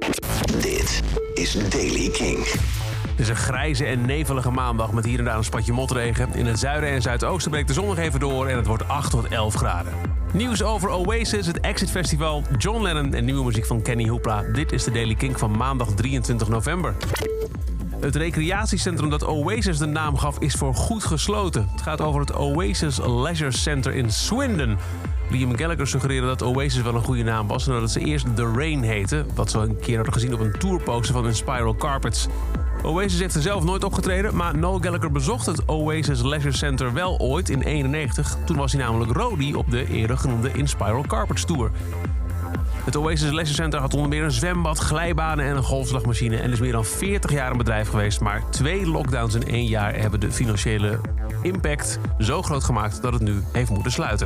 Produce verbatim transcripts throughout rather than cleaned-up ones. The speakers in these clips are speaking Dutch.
Dit is Daily Kink. Het is een grijze en nevelige maandag met hier en daar een spatje motregen. In het zuiden en zuidoosten breekt de zon nog even door en het wordt acht tot elf graden. Nieuws over Oasis, het Exit Festival, John Lennon en nieuwe muziek van Kenny Hoopla. Dit is de Daily Kink van maandag drieëntwintig november. Het recreatiecentrum dat Oasis de naam gaf is voor goed gesloten. Het gaat over het Oasis Leisure Center in Swindon. Liam Gallagher suggereerde dat Oasis wel een goede naam was en dat ze eerst The Rain heette, wat ze een keer hadden gezien op een tourposter van hun Spiral Carpets. Oasis heeft er zelf nooit opgetreden, maar Noel Gallagher bezocht het Oasis Leisure Center wel ooit in eenennegentig. Toen was hij namelijk roadie op de eerder genoemde In Spiral Carpets tour. Het Oasis Leisure Center had onder meer een zwembad, glijbanen en een golfslagmachine en is meer dan veertig jaar een bedrijf geweest. Maar twee lockdowns in één jaar hebben de financiële impact zo groot gemaakt dat het nu heeft moeten sluiten.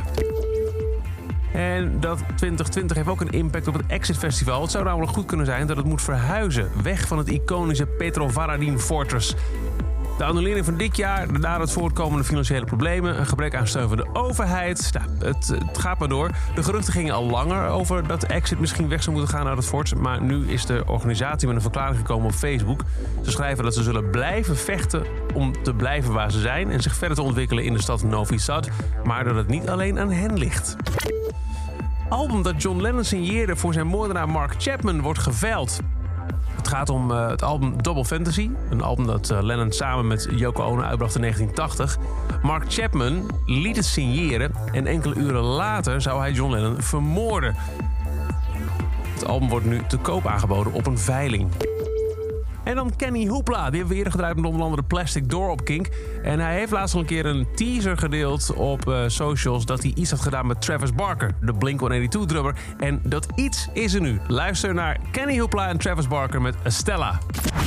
En dat twintig twintig heeft ook een impact op het Exit Festival. Het zou namelijk goed kunnen zijn dat het moet verhuizen, weg van het iconische Petrovaradin Fortress. De annulering van dit jaar, daaruit voortkomende financiële problemen, een gebrek aan steun van de overheid. Nou, het, het gaat maar door. De geruchten gingen al langer over dat Exit misschien weg zou moeten gaan uit het fort. Maar nu is de organisatie met een verklaring gekomen op Facebook. Ze schrijven dat ze zullen blijven vechten om te blijven waar ze zijn en zich verder te ontwikkelen in de stad Novi Sad. Maar dat het niet alleen aan hen ligt. Het album dat John Lennon signeerde voor zijn moordenaar Mark Chapman wordt geveild. Het gaat om uh, het album Double Fantasy. Een album dat uh, Lennon samen met Yoko Ono uitbracht in negentien tachtig. Mark Chapman liet het signeren en enkele uren later zou hij John Lennon vermoorden. Het album wordt nu te koop aangeboden op een veiling. En dan Kenny Hoopla. Die hebben we eerder gedraaid met onder andere Plastic Door op Kink. En hij heeft laatst al een keer een teaser gedeeld op uh, socials dat hij iets had gedaan met Travis Barker, de Blink honderdtweeënnegentig drummer. En dat iets is er nu. Luister naar Kenny Hoopla en Travis Barker met Estella.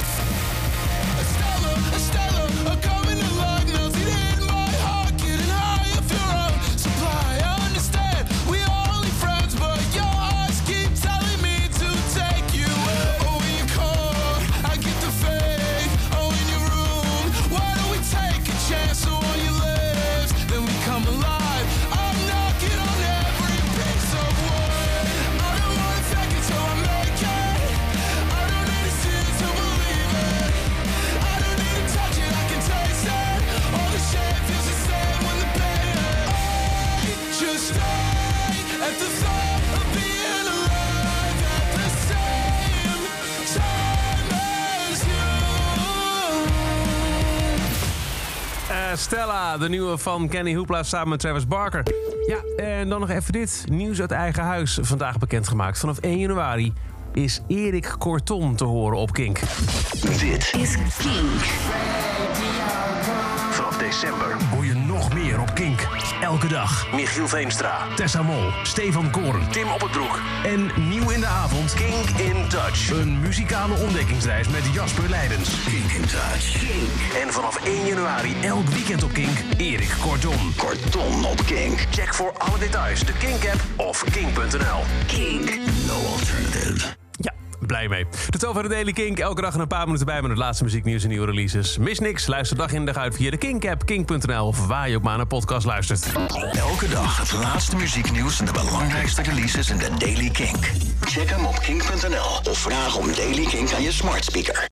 Stella, de nieuwe van Kenny Hoopla samen met Travis Barker. Ja, en dan nog even dit. Nieuws uit eigen huis, vandaag bekendgemaakt. Vanaf één januari is Erik Corton te horen op Kink. Dit is Kink. Vanaf december hoor je nog meer op Kink. Elke dag. Michiel Veenstra, Tessa Mol, Stefan Koren, Tim Op het Broek en nieuw in de avond Kink in Touch. Een muzikale ontdekkingsreis met Jasper Leidens. Kink in Touch. Kink. En vanaf één januari Elk weekend op Kink, Erik Corton. Corton op Kink. Check voor alle details de Kink-app of kink punt n l. Kink. No alternative. Ja, blij mee. Tot zover de Daily Kink. Elke dag een paar minuten bij met het laatste muzieknieuws en nieuwe releases. Mis niks. Luister dag in dag uit via de Kink-app, kink punt n l of waar je ook maar naar podcast luistert. Elke dag het laatste muzieknieuws en de belangrijkste releases in de Daily Kink. Check hem op kink punt n l of vraag om Daily Kink aan je smart speaker.